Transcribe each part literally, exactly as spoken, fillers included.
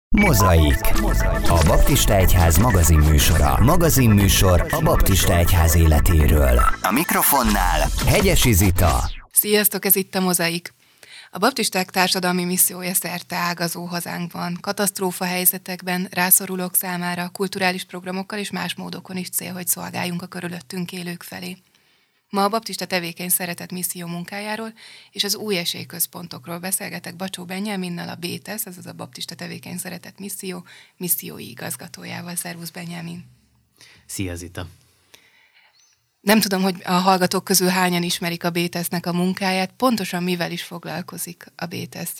Mozaik. A Baptista Egyház magazinműsora. Magazinműsor a Baptista Egyház életéről. A mikrofonnál Hegyesi Zita. Sziasztok, ez itt a Mozaik. A baptisták társadalmi missziója szerte ágazó hazánkban. Katasztrófa helyzetekben rászorulók számára kulturális programokkal és más módokon is cél, hogy szolgáljunk a körülöttünk élők felé. Ma a Baptista Tevékeny Szeretet misszió munkájáról és az új esélyközpontokról beszélgetek Bacsó Benyáminnal, a bé té e es, azaz a Baptista Tevékeny Szeretet misszió missziói igazgatójával. Szervusz, Benyámin! Szia, Zita! Nem tudom, hogy a hallgatók közül hányan ismerik a bé té e es-nek a munkáját, pontosan mivel is foglalkozik a bé té e es?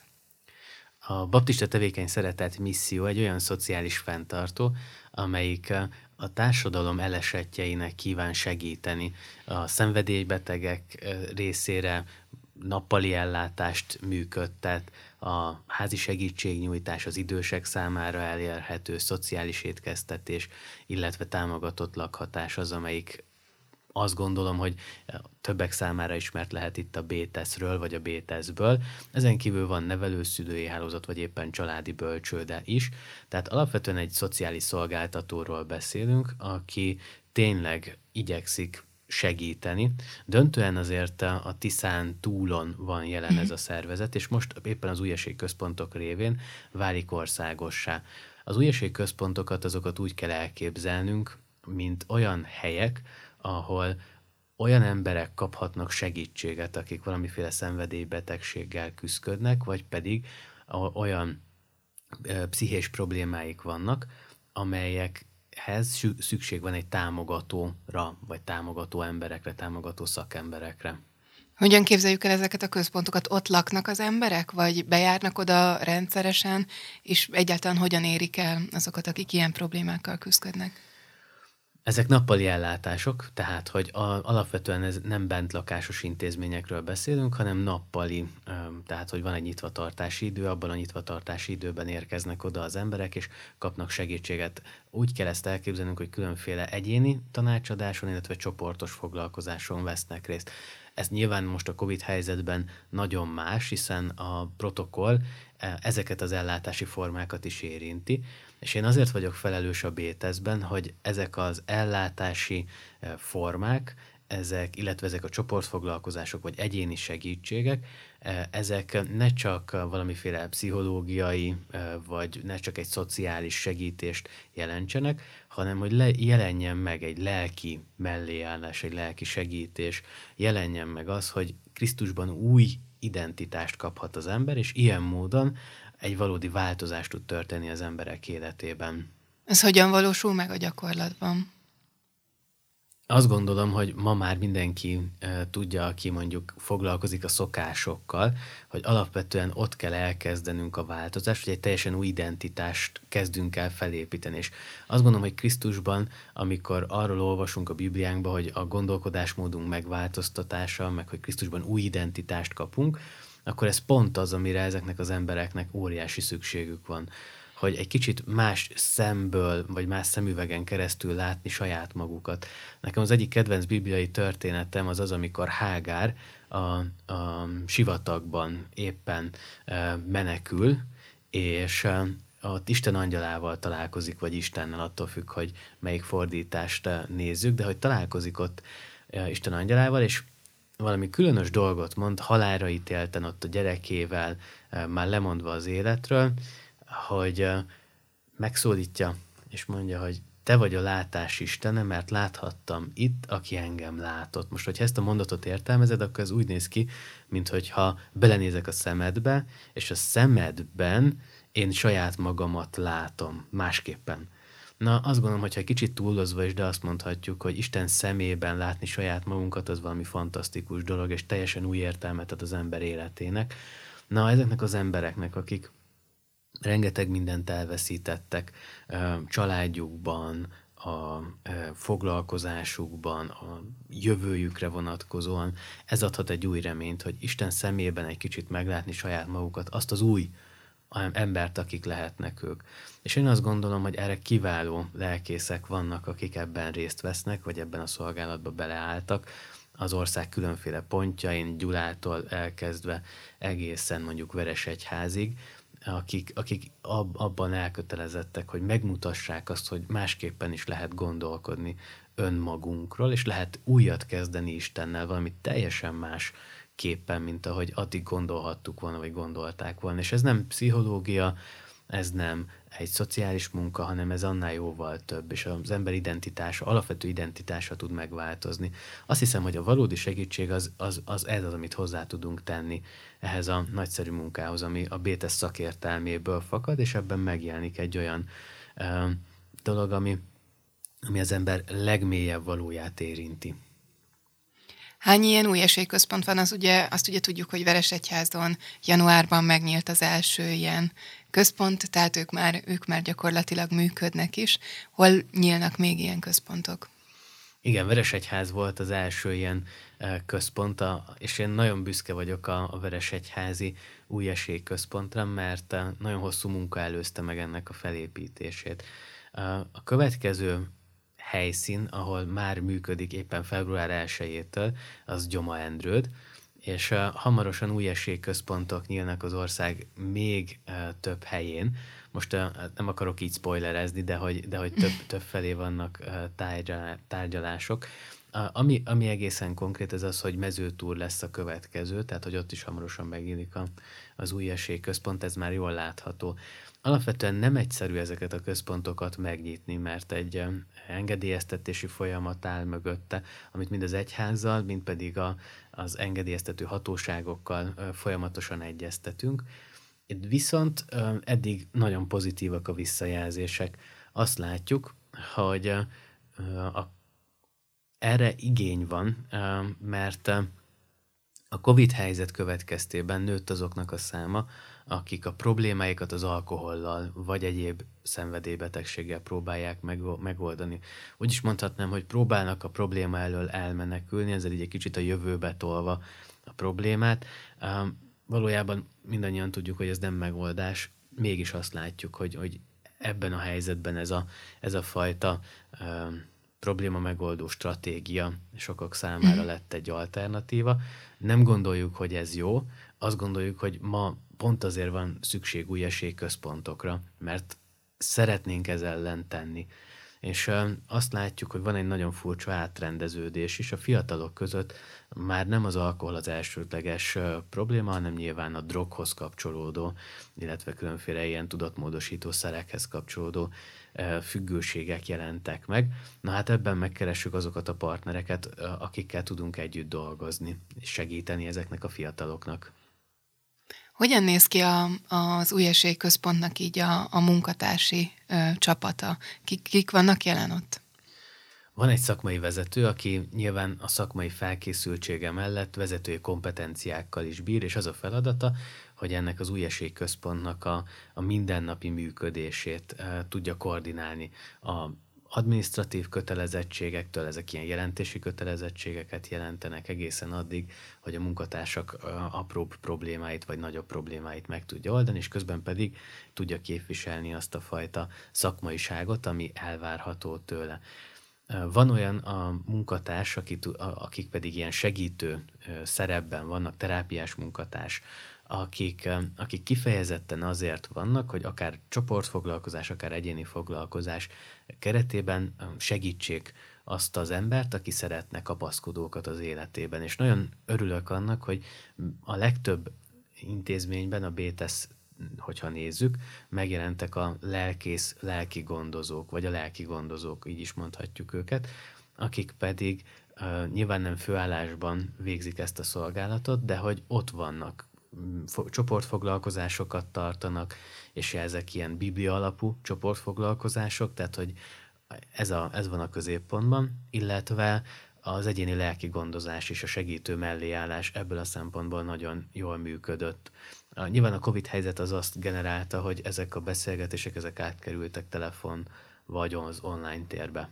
A Baptista Tevékeny Szeretet misszió egy olyan szociális fenntartó, amelyik a társadalom elesettjeinek kíván segíteni. A szenvedélybetegek részére nappali ellátást működtet, a házi segítségnyújtás, az idősek számára elérhető szociális étkeztetés, illetve támogatott lakhatás az, amelyik azt gondolom, hogy többek számára ismert lehet itt a bé té e es-ről, vagy a bé té e es-ből. Ezen kívül van nevelőszülői hálózat, vagy éppen családi bölcsőde is. Tehát alapvetően egy szociális szolgáltatóról beszélünk, aki tényleg igyekszik segíteni. Döntően azért a Tiszán túlon van jelen ez a szervezet, és most éppen az új esélyközpontok révén válik országossá. Az új esélyközpontokat azokat úgy kell elképzelnünk, mint olyan helyek, ahol olyan emberek kaphatnak segítséget, akik valamiféle szenvedélybetegséggel küszködnek, vagy pedig olyan pszichés problémáik vannak, amelyekhez szükség van egy támogatóra, vagy támogató emberekre, támogató szakemberekre. Hogyan képzeljük el ezeket a központokat? Ott laknak az emberek, vagy bejárnak oda rendszeresen, és egyáltalán hogyan érik el azokat, akik ilyen problémákkal küszködnek? Ezek nappali ellátások, tehát hogy a, alapvetően ez nem bentlakásos intézményekről beszélünk, hanem nappali, tehát hogy van egy nyitvatartási idő, abban a nyitvatartási időben érkeznek oda az emberek, és kapnak segítséget. Úgy kell ezt elképzelnünk, hogy különféle egyéni tanácsadáson, illetve csoportos foglalkozáson vesznek részt. Ez nyilván most a Covid helyzetben nagyon más, hiszen a protokoll ezeket az ellátási formákat is érinti, és én azért vagyok felelős a bé té e es-ben, hogy ezek az ellátási formák, ezek, illetve ezek a csoportfoglalkozások vagy egyéni segítségek, ezek ne csak valamiféle pszichológiai, vagy ne csak egy szociális segítést jelentsenek, hanem hogy le, jelenjen meg egy lelki melléállás, egy lelki segítés, jelenjen meg az, hogy Krisztusban új identitást kaphat az ember, és ilyen módon egy valódi változást tud történni az emberek életében. Ez hogyan valósul meg a gyakorlatban? Azt gondolom, hogy ma már mindenki e, tudja, aki mondjuk foglalkozik a szokásokkal, hogy alapvetően ott kell elkezdenünk a változást, hogy egy teljesen új identitást kezdünk el felépíteni. És azt gondolom, hogy Krisztusban, amikor arról olvasunk a Bibliánkban, hogy a gondolkodásmódunk megváltoztatása, meg hogy Krisztusban új identitást kapunk, akkor ez pont az, amire ezeknek az embereknek óriási szükségük van. Hogy egy kicsit más szemből, vagy más szemüvegen keresztül látni saját magukat. Nekem az egyik kedvenc bibliai történetem az az, amikor Hágár a, a sivatagban éppen menekül, és ott Isten angyalával találkozik, vagy Istennel, attól függ, hogy melyik fordítást nézzük, de hogy találkozik ott Isten angyalával, és valami különös dolgot mond, halálra ítélten ott a gyerekével, már lemondva az életről, hogy megszólítja, és mondja, hogy te vagy a látás Istene, mert láthattam itt, aki engem látott. Most, hogyha ezt a mondatot értelmezed, akkor ez úgy néz ki, minthogyha belenézek a szemedbe, és a szemedben én saját magamat látom másképpen. Na, azt gondolom, hogyha kicsit túlozva is, de azt mondhatjuk, hogy Isten szemében látni saját magunkat, az valami fantasztikus dolog, és teljesen új értelmet ad az ember életének. Na, ezeknek az embereknek, akik rengeteg mindent elveszítettek családjukban, a foglalkozásukban, a jövőjükre vonatkozóan, ez adhat egy új reményt, hogy Isten szemében egy kicsit meglátni saját magukat, azt az új embert, akik lehetnek ők. És én azt gondolom, hogy erre kiváló lelkészek vannak, akik ebben részt vesznek, vagy ebben a szolgálatba beleálltak, az ország különféle pontjain, Gyulától elkezdve egészen mondjuk Veresegyházig, akik, akik ab, abban elkötelezettek, hogy megmutassák azt, hogy másképpen is lehet gondolkodni önmagunkról, és lehet újat kezdeni Istennel, valami teljesen más képpen, mint ahogy addig gondolhattuk volna, vagy gondolták volna. És ez nem pszichológia, ez nem egy szociális munka, hanem ez annál jóval több, és az ember identitása, alapvető identitása tud megváltozni. Azt hiszem, hogy a valódi segítség az, az, az ez az, amit hozzá tudunk tenni ehhez a nagyszerű munkához, ami a Bétesz szakértelméből fakad, és ebben megjelenik egy olyan uh, dolog, ami, ami az ember legmélyebb valóját érinti. Hány ilyen új esélyközpont van? Az ugye, azt ugye tudjuk, hogy Veresegyházon januárban megnyílt az első ilyen központ, tehát ők már, ők már gyakorlatilag működnek is. Hol nyílnak még ilyen központok? Igen, Veresegyház volt az első ilyen központ, és én nagyon büszke vagyok a, a Veresegyházi új esélyközpontra, mert nagyon hosszú munka előzte meg ennek a felépítését. A következő helyszín, ahol már működik éppen február elsejétől, az Gyoma-Endrőd, és uh, hamarosan új esélyközpontok nyílnak az ország még uh, több helyén. Most uh, nem akarok így spoilerezni, de hogy, de hogy több, több felé vannak uh, tárgyalá, tárgyalások. Uh, ami, ami egészen konkrét, ez az, hogy Mezőtúr lesz a következő, tehát hogy ott is hamarosan megnyílik a, az új esélyközpont, ez már jól látható. Alapvetően nem egyszerű ezeket a központokat megnyitni, mert egy engedélyeztetési folyamat áll mögötte, amit mind az egyházzal, mind pedig a, az engedélyeztető hatóságokkal folyamatosan egyeztetünk. Viszont eddig nagyon pozitívak a visszajelzések. Azt látjuk, hogy a, erre igény van, mert a Covid helyzet következtében nőtt azoknak a száma, akik a problémáikat az alkohollal vagy egyéb szenvedélybetegséggel próbálják megoldani. Úgy is mondhatnám, hogy próbálnak a probléma elől elmenekülni, ezzel így egy kicsit a jövőbe tolva a problémát. Valójában mindannyian tudjuk, hogy ez nem megoldás, mégis azt látjuk, hogy, hogy ebben a helyzetben ez a, ez a fajta probléma megoldó stratégia sokak számára lett egy alternatíva. Nem gondoljuk, hogy ez jó, azt gondoljuk, hogy ma pont azért van szükség új esélyközpontokra, mert szeretnénk ez ellen tenni. És azt látjuk, hogy van egy nagyon furcsa átrendeződés is. A fiatalok között már nem az alkohol az elsődleges probléma, hanem nyilván a droghoz kapcsolódó, illetve különféle ilyen tudatmódosító szerekhez kapcsolódó függőségek jelentek meg. Na hát ebben megkeressük azokat a partnereket, akikkel tudunk együtt dolgozni, és segíteni ezeknek a fiataloknak. Hogyan néz ki a, az új esélyközpontnak így a, a munkatársi ö, csapata? Kik, kik vannak jelen ott? Van egy szakmai vezető, aki nyilván a szakmai felkészültsége mellett vezetői kompetenciákkal is bír, és az a feladata, hogy ennek az új esélyközpontnak a, a mindennapi működését e, tudja koordinálni. A adminisztratív kötelezettségektől, ezek ilyen jelentési kötelezettségeket jelentenek egészen addig, hogy a munkatársak apróbb problémáit vagy nagyobb problémáit meg tudja oldani, és közben pedig tudja képviselni azt a fajta szakmaiságot, ami elvárható tőle. Van olyan a munkatárs, akik pedig ilyen segítő szerepben vannak, terápiás munkatárs, akik, akik kifejezetten azért vannak, hogy akár csoportfoglalkozás, akár egyéni foglalkozás keretében segítsék azt az embert, aki szeretne kapaszkodókat az életében. És nagyon örülök annak, hogy a legtöbb intézményben, a Bétesz, hogyha nézzük, megjelentek a lelkész, lelki gondozók, vagy a lelki gondozók, így is mondhatjuk őket, akik pedig uh, nyilván nem főállásban végzik ezt a szolgálatot, de hogy ott vannak, csoportfoglalkozásokat tartanak, és ezek ilyen biblia alapú csoportfoglalkozások, tehát hogy ez, a, ez van a középpontban, illetve az egyéni lelki gondozás és a segítő melléállás ebből a szempontból nagyon jól működött. Nyilván a Covid helyzet az azt generálta, hogy ezek a beszélgetések, ezek átkerültek telefon vagy az online térbe.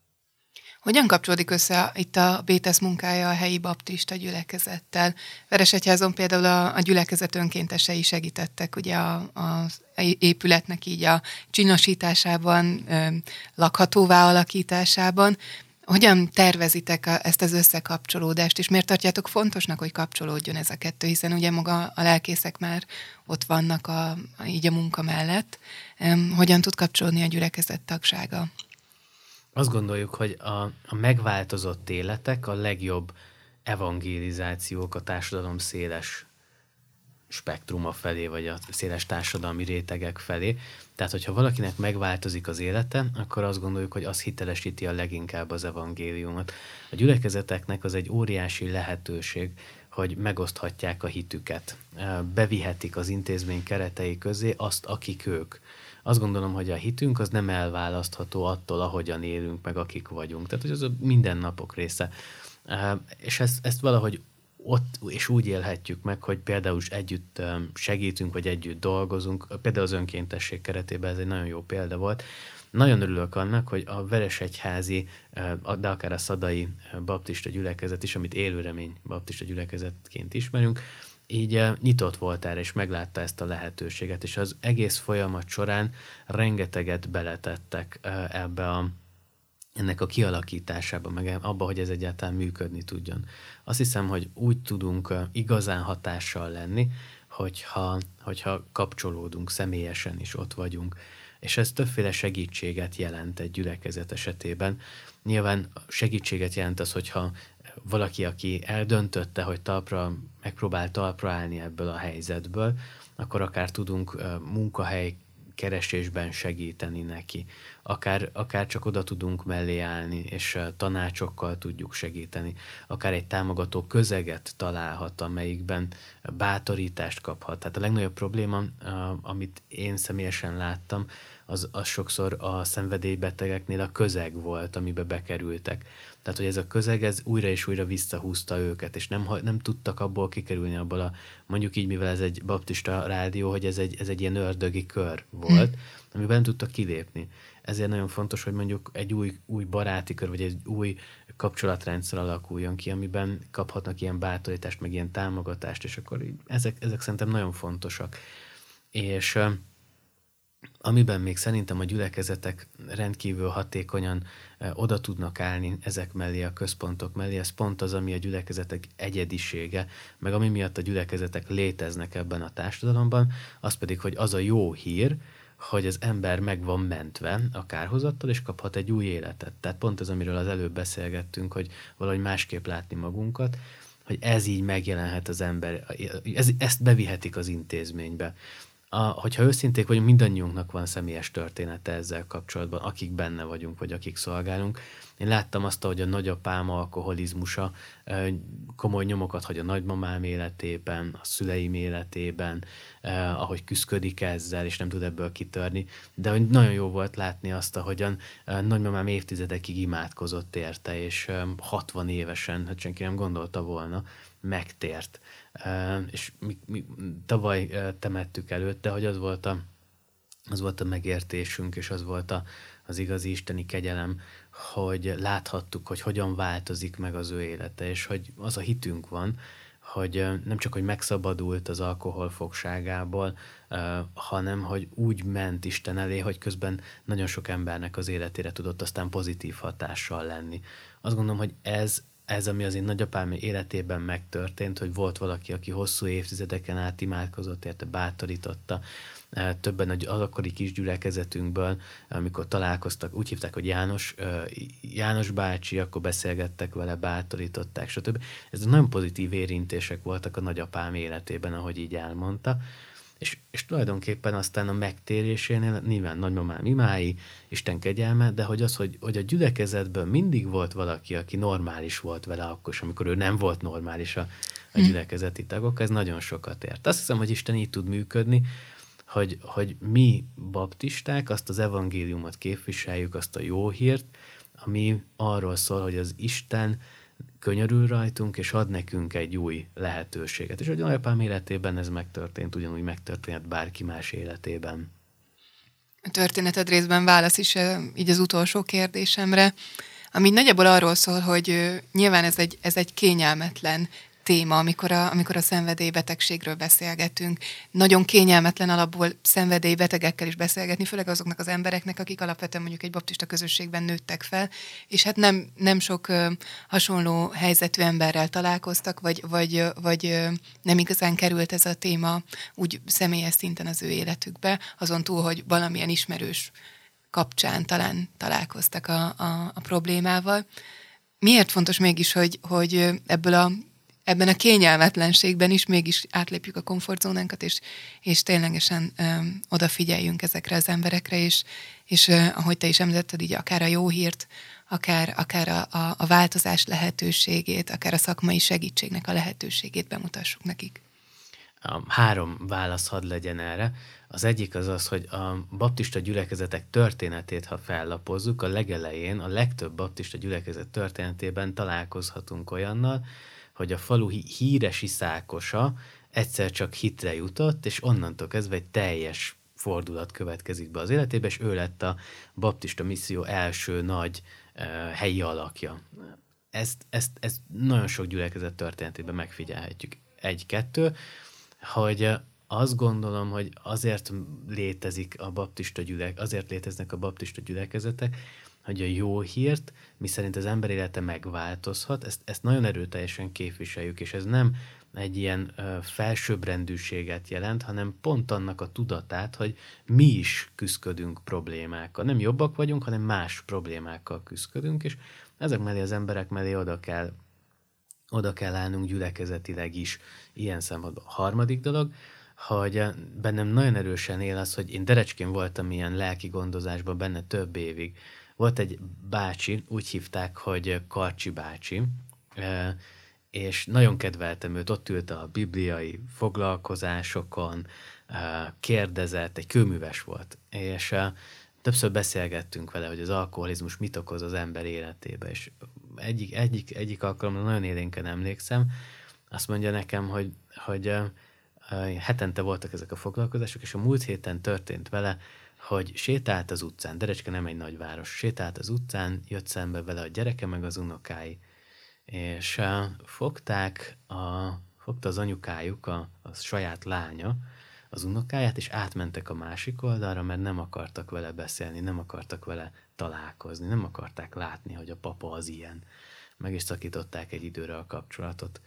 Hogyan kapcsolódik össze itt a Bétesz munkája a helyi baptista gyülekezettel? Veresegyházon például a, a gyülekezet önkéntesei segítettek ugye az épületnek így a csinosításában, lakhatóvá alakításában. Hogyan tervezitek a, ezt az összekapcsolódást, és miért tartjátok fontosnak, hogy kapcsolódjon ez a kettő, hiszen ugye maga a lelkészek már ott vannak a, a, így a munka mellett. Um, hogyan tud kapcsolódni a gyülekezet tagsága? Azt gondoljuk, hogy a, a megváltozott életek a legjobb evangelizációk a társadalom széles spektruma felé, vagy a széles társadalmi rétegek felé. Tehát, hogyha valakinek megváltozik az élete, akkor azt gondoljuk, hogy az hitelesíti a leginkább az evangéliumot. A gyülekezeteknek az egy óriási lehetőség, hogy megoszthatják a hitüket. Bevihetik az intézmény keretei közé azt, akik ők. Azt gondolom, hogy a hitünk az nem elválasztható attól, ahogyan élünk, meg akik vagyunk. Tehát, hogy az a mindennapok része. És ezt, ezt valahogy ott és úgy élhetjük meg, hogy például is együtt segítünk, vagy együtt dolgozunk. Például az önkéntesség keretében ez egy nagyon jó példa volt. Nagyon örülök annak, hogy a Veresegyházi, de akár a Szadai baptista gyülekezet is, amit Élőremény baptista gyülekezetként ismerünk, így nyitott volt erre, és meglátta ezt a lehetőséget, és az egész folyamat során rengeteget beletettek ebbe a ennek a kialakításába, meg abba, hogy ez egyáltalán működni tudjon. Azt hiszem, hogy úgy tudunk igazán hatással lenni, hogyha, hogyha kapcsolódunk, személyesen is ott vagyunk. És ez többféle segítséget jelent egy gyülekezet esetében. Nyilván segítséget jelent az, hogyha valaki, aki eldöntötte, hogy talpra, megpróbál talpra állni ebből a helyzetből, akkor akár tudunk munkahely keresésben segíteni neki. Akár, akár csak oda tudunk mellé állni, és tanácsokkal tudjuk segíteni. Akár egy támogató közeget találhat, amelyikben bátorítást kaphat. Tehát a legnagyobb probléma, amit én személyesen láttam, az, az sokszor a szenvedélybetegeknél a közeg volt, amibe bekerültek. Tehát, hogy ez a közeg, ez újra és újra visszahúzta őket, és nem, nem tudtak abból kikerülni, abból a, mondjuk így, mivel ez egy baptista rádió, hogy ez egy, ez egy ilyen ördögi kör volt, hmm. amiben nem tudtak kilépni. Ezért nagyon fontos, hogy mondjuk egy új, új baráti kör, vagy egy új kapcsolatrendszer alakuljon ki, amiben kaphatnak ilyen bátorítást, meg ilyen támogatást, és akkor így, ezek, ezek szerintem nagyon fontosak. És amiben még szerintem a gyülekezetek rendkívül hatékonyan e, oda tudnak állni ezek mellé, a központok mellé, ez pont az, ami a gyülekezetek egyedisége, meg ami miatt a gyülekezetek léteznek ebben a társadalomban, az pedig, hogy az a jó hír, hogy az ember meg van mentve a kárhozattal, és kaphat egy új életet. Tehát pont az, amiről az előbb beszélgettünk, hogy valahogy másképp látni magunkat, hogy ez így megjelenhet az ember, ez, ezt bevihetik az intézménybe. A, hogyha őszinték vagyunk, mindannyiunknak van személyes története ezzel kapcsolatban, akik benne vagyunk, vagy akik szolgálunk. Én láttam azt, hogy a nagyapám alkoholizmusa komoly nyomokat hagy a nagymamám életében, a szüleim életében, ahogy küszködik ezzel, és nem tud ebből kitörni. De hogy nagyon jó volt látni azt, ahogyan nagymamám évtizedekig imádkozott érte, és hatvan évesen, hát senki nem gondolta volna, megtért. Uh, és mi, mi tavaly uh, temettük előtte, hogy az volt a, az volt a megértésünk, és az volt a, az igazi isteni kegyelem, hogy láthattuk, hogy hogyan változik meg az ő élete, és hogy az a hitünk van, hogy uh, nem csak, hogy megszabadult az alkohol fogságából, uh, hanem, hogy úgy ment Isten elé, hogy közben nagyon sok embernek az életére tudott aztán pozitív hatással lenni. Azt gondolom, hogy ez Ez, ami az én nagyapám életében megtörtént, hogy volt valaki, aki hosszú évtizedeken át imádkozott, érte, bátorította. Többen az akkori kis gyülekezetünkből, amikor találkoztak, úgy hívták, hogy János, János bácsi, akkor beszélgettek vele, bátorították, stb. Ez nagyon pozitív érintések voltak a nagyapám életében, ahogy így elmondta. És, és tulajdonképpen aztán a megtérésénél nyilván nagymamám imái, Isten kegyelme, de hogy az, hogy, hogy a gyülekezetből mindig volt valaki, aki normális volt vele akkor, amikor ő nem volt normális a, a gyülekezeti tagok, ez nagyon sokat ért. Azt hiszem, hogy Isten így tud működni, hogy, hogy mi baptisták azt az evangéliumot képviseljük, azt a jó hírt, ami arról szól, hogy az Isten könyörül rajtunk, és ad nekünk egy új lehetőséget. És hogy nagyapám életében ez megtörtént, ugyanúgy megtörtént bárki más életében. A történeted részben válasz is így az utolsó kérdésemre, ami nagyjából arról szól, hogy nyilván ez egy, ez egy kényelmetlen téma, amikor a, amikor a szenvedélybetegségről beszélgetünk. Nagyon kényelmetlen alapból szenvedélybetegekkel is beszélgetni, főleg azoknak az embereknek, akik alapvetően mondjuk egy baptista közösségben nőttek fel, és hát nem, nem sok uh, hasonló helyzetű emberrel találkoztak, vagy, vagy, vagy uh, nem igazán került ez a téma úgy személyes szinten az ő életükbe, azon túl, hogy valamilyen ismerős kapcsán talán találkoztak a, a, a problémával. Miért fontos mégis, hogy, hogy ebből a, ebben a kényelmetlenségben is mégis átlépjük a komfortzónánkat, és, és ténylegesen öm, odafigyeljünk ezekre az emberekre, és, és ö, ahogy te is említetted, így akár a jó hírt, akár, akár a, a, a változás lehetőségét, akár a szakmai segítségnek a lehetőségét bemutassuk nekik. Három válasz hadd legyen erre. Az egyik az az, hogy a baptista gyülekezetek történetét, ha fellapozzuk, a legelején a legtöbb baptista gyülekezet történetében találkozhatunk olyannal, hogy a falu híres iszákosa egyszer csak hitre jutott, és onnantól kezdve egy teljes fordulat következik be az életébe, és ő lett a baptista misszió első nagy uh, helyi alakja. Ezt, ezt, ezt nagyon sok gyülekezet történetében megfigyelhetjük. Egy-kettő, hogy azt gondolom, hogy azért létezik a baptista gyülek, azért léteznek a baptista gyülekezetek, hogy a jó hírt, miszerint az ember élete megváltozhat, ezt, ezt nagyon erőteljesen képviseljük, és ez nem egy ilyen ö, felsőbbrendűséget jelent, hanem pont annak a tudatát, hogy mi is küszködünk problémákkal. Nem jobbak vagyunk, hanem más problémákkal küszködünk, és ezek mellé az emberek mellé oda kell oda kell állnunk gyülekezetileg is ilyen szempontból. A harmadik dolog, hogy bennem nagyon erősen él az, hogy én derecskén voltam ilyen lelki gondozásban benne több évig. Volt egy bácsi, úgy hívták, hogy Karcsi bácsi, és nagyon kedveltem őt, ott ült a bibliai foglalkozásokon, kérdezett, egy kőműves volt, és többször beszélgettünk vele, hogy az alkoholizmus mit okoz az ember életébe, és egyik, egyik, egyik alkalommal nagyon élénken emlékszem, azt mondja nekem, hogy, hogy uh, uh, hetente voltak ezek a foglalkozások, és a múlt héten történt vele, hogy sétált az utcán, Derecske nem egy nagyváros, sétált az utcán, jött szembe vele a gyereke meg az unokái, és uh, fogták a, fogta az anyukájuk, a, a saját lánya, az unokáját, és átmentek a másik oldalra, mert nem akartak vele beszélni, nem akartak vele találkozni, nem akarták látni, hogy a papa az ilyen. Meg is szakították egy időre a kapcsolatot.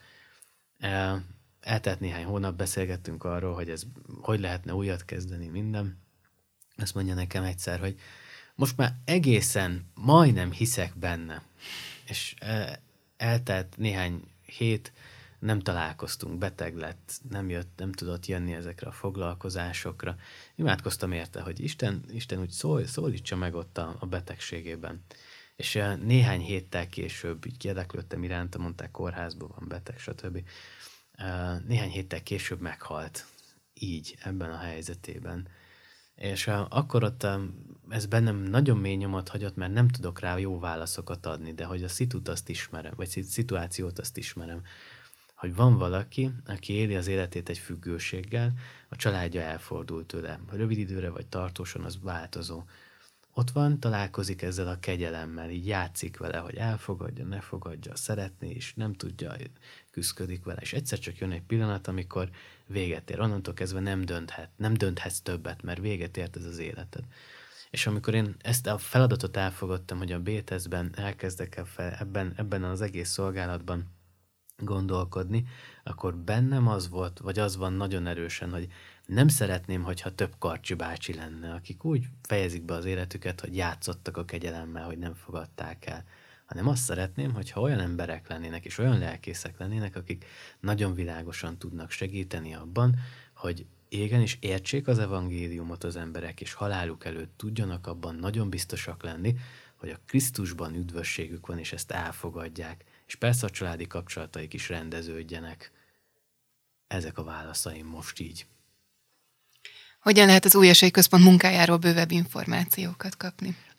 Eltelt néhány hónap, beszélgettünk arról, hogy ez hogy lehetne újat kezdeni, minden. Azt mondja nekem egyszer, hogy most már egészen majdnem hiszek benne. És eltelt néhány hét, nem találkoztunk, beteg lett, nem jött, nem tudott jönni ezekre a foglalkozásokra. Imádkoztam érte, hogy Isten, Isten úgy szól, szólítsa meg ott a, a betegségében. És néhány héttel később így érdeklődtem iránta, mondták, kórházban van beteg, stb. Néhány héttel később meghalt. Így, ebben a helyzetében. És akkor ott ez bennem nagyon mély nyomot hagyott, mert nem tudok rá jó válaszokat adni, de hogy a szitut azt ismerem, vagy szituációt azt ismerem, hogy van valaki, aki éli az életét egy függőséggel, a családja elfordult tőle. Rövid időre vagy tartósan, az változó. Ott van, találkozik ezzel a kegyelemmel, így játszik vele, hogy elfogadja, ne fogadja, szeretné is, nem tudja, küszködik vele. És egyszer csak jön egy pillanat, amikor véget ér. Onnantól kezdve nem dönthet, nem dönthetsz többet, mert véget ért ez az életed. És amikor én ezt a feladatot elfogadtam, hogy a bé-tesztben elkezdek ebben, ebben az egész szolgálatban gondolkodni, akkor bennem az volt, vagy az van nagyon erősen, hogy nem szeretném, hogyha több Karcsi bácsi lenne, akik úgy fejezik be az életüket, hogy játszottak a kegyelemmel, hogy nem fogadták el, hanem azt szeretném, hogyha olyan emberek lennének, és olyan lelkészek lennének, akik nagyon világosan tudnak segíteni abban, hogy igenis értsék az evangéliumot az emberek, és haláluk előtt tudjanak abban nagyon biztosak lenni, hogy a Krisztusban üdvösségük van, és ezt elfogadják. És persze a családi kapcsolataik is rendeződjenek. Ezek a válaszaim most így. Hogyan lehet az Új Esély Központ munkájáról bővebb információkat kapni?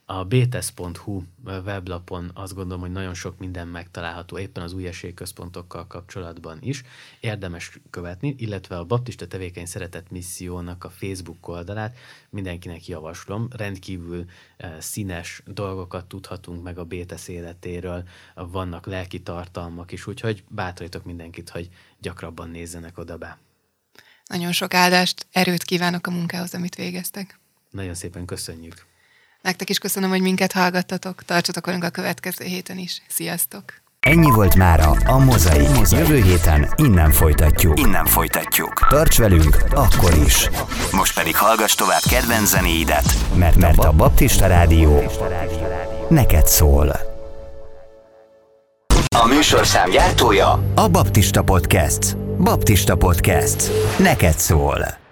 A bétesz pont hu weblapon azt gondolom, hogy nagyon sok minden megtalálható éppen az új esélyközpontokkal kapcsolatban is. Érdemes követni, illetve a Baptista Tevékeny Szeretet Missziónak a Facebook oldalát mindenkinek javaslom. Rendkívül eh, színes dolgokat tudhatunk meg a bétesz életéről, vannak lelki tartalmak is, úgyhogy bátorítok mindenkit, hogy gyakrabban nézzenek oda be. Nagyon sok áldást, erőt kívánok a munkához, amit végeztek. Nagyon szépen köszönjük. Nektek is köszönöm, hogy minket hallgattatok. Tartsatok velünk a következő héten is. Sziasztok! Ennyi volt mára a Mozaik. Jövő héten innen folytatjuk. Innen folytatjuk. Tarts velünk akkor is. Most pedig hallgass tovább kedvenc zenéidet, mert, mert a Baptista Rádió neked szól. A műsorszám gyártója a Baptista Podcast. Baptista Podcast. Neked szól.